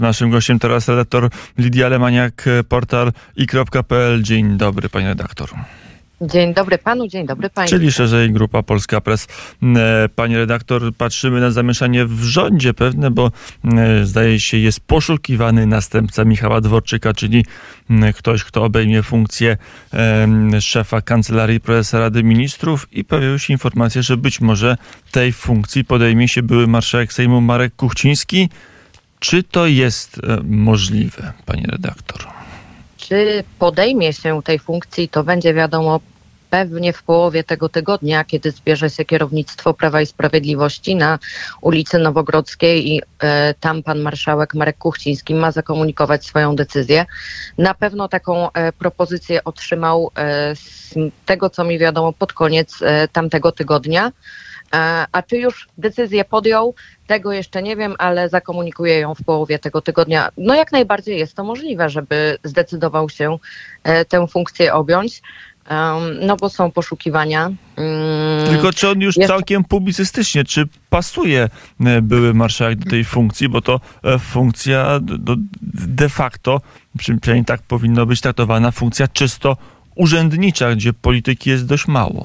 Naszym gościem teraz redaktor Lidia Lemaniak, portal i.pl. Dzień dobry, pani redaktor. Dzień dobry panu, dzień dobry państwu. Czyli szerzej Grupa Polska Press. Pani redaktor, patrzymy na zamieszanie w rządzie pewne, bo zdaje się jest poszukiwany następca Michała Dworczyka, czyli ktoś, kto obejmie funkcję szefa Kancelarii Prezesa Rady Ministrów i pojawiły się informacje, że być może tej funkcji podejmie się były marszałek Sejmu Marek Kuchciński. Czy to jest możliwe, pani redaktor? Czy podejmie się tej funkcji, to będzie wiadomo pewnie w połowie tego tygodnia, kiedy zbierze się kierownictwo Prawa i Sprawiedliwości na ulicy Nowogrodzkiej i tam pan marszałek Marek Kuchciński ma zakomunikować swoją decyzję. Na pewno taką propozycję otrzymał z tego, co mi wiadomo, pod koniec tamtego tygodnia. A czy już decyzję podjął, tego jeszcze nie wiem, ale zakomunikuję ją w połowie tego tygodnia. No jak najbardziej jest to możliwe, żeby zdecydował się tę funkcję objąć, no bo są poszukiwania. Tylko czy on już całkiem publicystycznie, czy pasuje były marszałek do tej funkcji, bo to funkcja de facto, przynajmniej tak powinno być traktowana, funkcja czysto urzędnicza, gdzie polityki jest dość mało.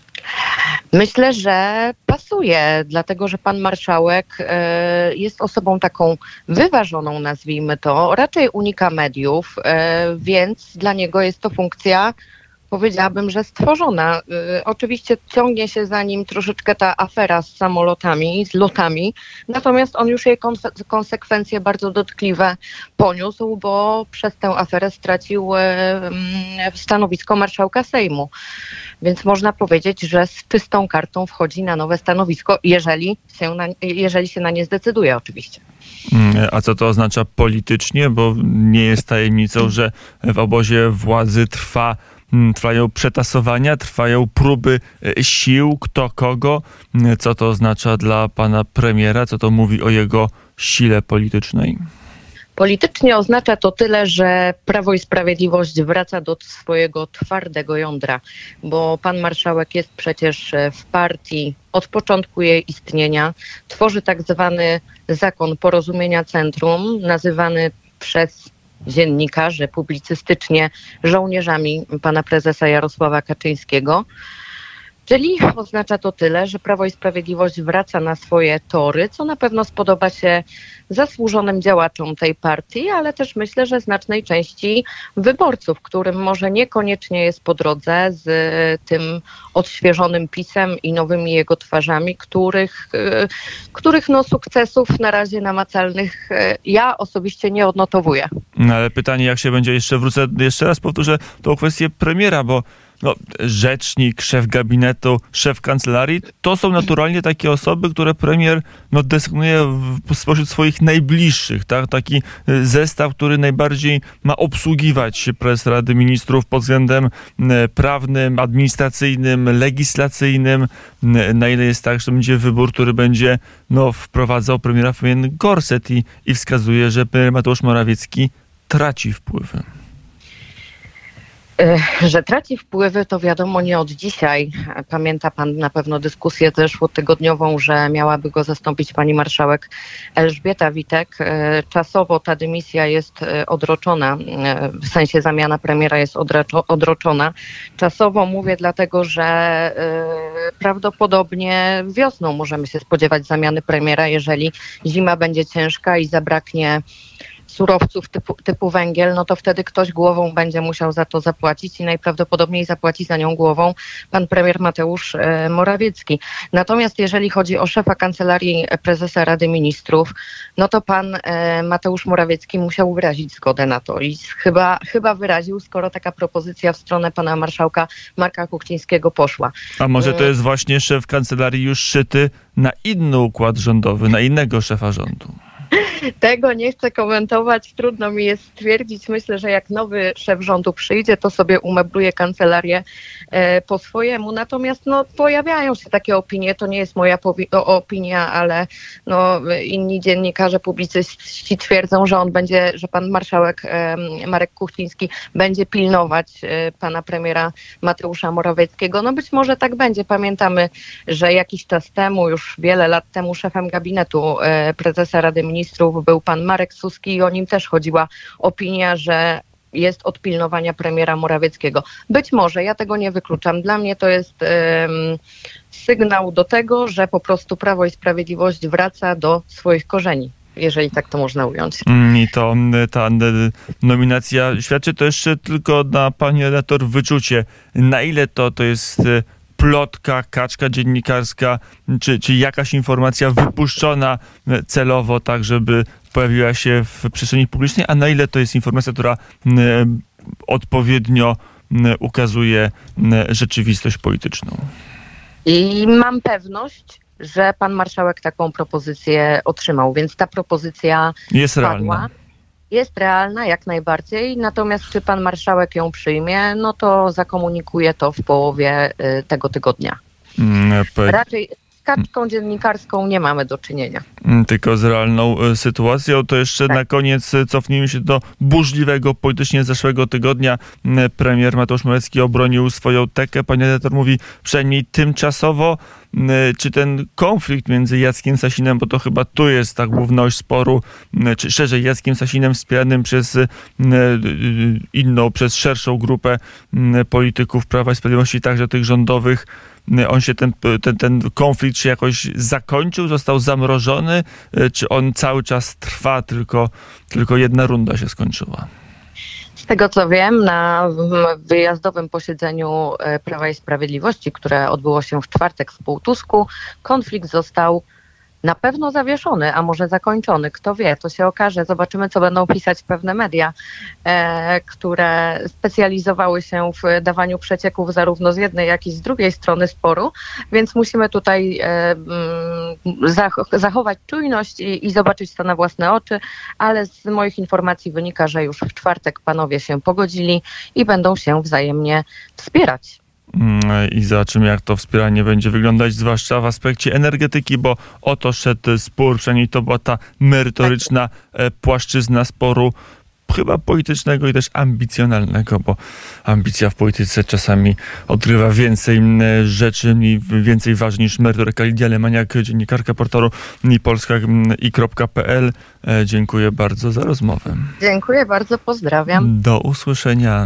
Myślę, że pasuje, dlatego że pan marszałek jest osobą taką wyważoną, nazwijmy to, raczej unika mediów, więc dla niego jest to funkcja, powiedziałabym, że stworzona. Oczywiście ciągnie się za nim troszeczkę ta afera z samolotami, z lotami, natomiast on już jej konsekwencje bardzo dotkliwe poniósł, bo przez tę aferę stracił stanowisko marszałka Sejmu. Więc można powiedzieć, że z czystą kartą wchodzi na nowe stanowisko, jeżeli się na nie zdecyduje oczywiście. A co to oznacza politycznie? Bo nie jest tajemnicą, że w obozie władzy trwają przetasowania, trwają próby sił, kto kogo. Co to oznacza dla pana premiera? Co to mówi o jego sile politycznej? Politycznie oznacza to tyle, że Prawo i Sprawiedliwość wraca do swojego twardego jądra, bo pan marszałek jest przecież w partii od początku jej istnienia. Tworzy tak zwany zakon porozumienia centrum, nazywany przez dziennikarzy publicystycznie żołnierzami pana prezesa Jarosława Kaczyńskiego. Czyli oznacza to tyle, że Prawo i Sprawiedliwość wraca na swoje tory, co na pewno spodoba się zasłużonym działaczom tej partii, ale też myślę, że znacznej części wyborców, którym może niekoniecznie jest po drodze z tym odświeżonym PiS-em i nowymi jego twarzami, których sukcesów na razie namacalnych ja osobiście nie odnotowuję. No ale pytanie, jak się będzie, jeszcze raz powtórzę tą kwestię premiera, bo rzecznik, szef gabinetu, szef kancelarii, to są naturalnie takie osoby, które premier desygnuje spośród swoich najbliższych, tak? Taki zestaw, który najbardziej ma obsługiwać prezes Rady Ministrów pod względem prawnym, administracyjnym, legislacyjnym. Na ile jest tak, że to będzie wybór, który będzie wprowadzał premiera w pewien gorset i wskazuje, że premier Mateusz Morawiecki traci wpływy. Że traci wpływy, to wiadomo nie od dzisiaj. Pamięta pan na pewno dyskusję zeszłotygodniową, że miałaby go zastąpić pani marszałek Elżbieta Witek. Czasowo ta dymisja jest odroczona, w sensie zamiana premiera jest odroczona. Czasowo mówię dlatego, że prawdopodobnie wiosną możemy się spodziewać zamiany premiera, jeżeli zima będzie ciężka i zabraknie surowców typu węgiel, no to wtedy ktoś głową będzie musiał za to zapłacić i najprawdopodobniej zapłaci za nią głową pan premier Mateusz Morawiecki. Natomiast jeżeli chodzi o szefa Kancelarii Prezesa Rady Ministrów, no to pan Mateusz Morawiecki musiał wyrazić zgodę na to i chyba wyraził, skoro taka propozycja w stronę pana marszałka Marka Kuchcińskiego poszła. A może to jest właśnie szef kancelarii już szyty na inny układ rządowy, na innego szefa rządu? Tego nie chcę komentować, trudno mi jest stwierdzić. Myślę, że jak nowy szef rządu przyjdzie, to sobie umebluje kancelarię po swojemu. Natomiast pojawiają się takie opinie, to nie jest moja opinia, ale inni dziennikarze, publicyści twierdzą, że pan marszałek Marek Kuchciński będzie pilnować pana premiera Mateusza Morawieckiego. Być może tak będzie. Pamiętamy, że jakiś czas temu, już wiele lat temu, szefem gabinetu prezesa Rady Ministrów Ministrów był pan Marek Suski i o nim też chodziła opinia, że jest od pilnowania premiera Morawieckiego. Być może, ja tego nie wykluczam. Dla mnie to jest sygnał do tego, że po prostu Prawo i Sprawiedliwość wraca do swoich korzeni, jeżeli tak to można ująć. I to ta nominacja świadczy to jeszcze tylko na pani redaktor wyczucie. Na ile to jest plotka, kaczka dziennikarska, czy jakaś informacja wypuszczona celowo, tak żeby pojawiła się w przestrzeni publicznej, a na ile to jest informacja, która odpowiednio ukazuje rzeczywistość polityczną? I mam pewność, że pan marszałek taką propozycję otrzymał, więc ta propozycja jest padła. realna. Jest realna jak najbardziej, natomiast czy pan marszałek ją przyjmie, no to zakomunikuje to w połowie tego tygodnia. Raczej z kaczką dziennikarską nie mamy do czynienia. Tylko z realną sytuacją. To jeszcze na koniec cofnijmy się do burzliwego politycznie zeszłego tygodnia. Premier Mateusz Morawiecki obronił swoją tekę. Pani redaktor mówi przynajmniej tymczasowo. Czy ten konflikt między Jackiem Sasinem, bo to chyba tu jest ta główna oś sporu, czy szerzej Jackiem Sasinem wspieranym przez przez szerszą grupę polityków Prawa i Sprawiedliwości, także tych rządowych, on się ten konflikt się jakoś zakończył, został zamrożony, czy on cały czas trwa, tylko jedna runda się skończyła? Z tego co wiem, na wyjazdowym posiedzeniu Prawa i Sprawiedliwości, które odbyło się w czwartek w Półtusku, konflikt został na pewno zawieszony, a może zakończony. Kto wie, to się okaże. Zobaczymy, co będą pisać pewne media, które specjalizowały się w dawaniu przecieków zarówno z jednej, jak i z drugiej strony sporu, więc musimy tutaj zachować czujność i zobaczyć to na własne oczy, ale z moich informacji wynika, że już w czwartek panowie się pogodzili i będą się wzajemnie wspierać. I zobaczymy, jak to wspieranie będzie wyglądać, zwłaszcza w aspekcie energetyki, bo o to szedł spór, przynajmniej to była ta merytoryczna płaszczyzna sporu, chyba politycznego i też ambicjonalnego, bo ambicja w polityce czasami odgrywa więcej rzeczy i więcej ważnych niż merytoryka. Lidia Lemaniak, dziennikarka portalu polska.i.pl. Dziękuję bardzo za rozmowę. Dziękuję bardzo, pozdrawiam. Do usłyszenia.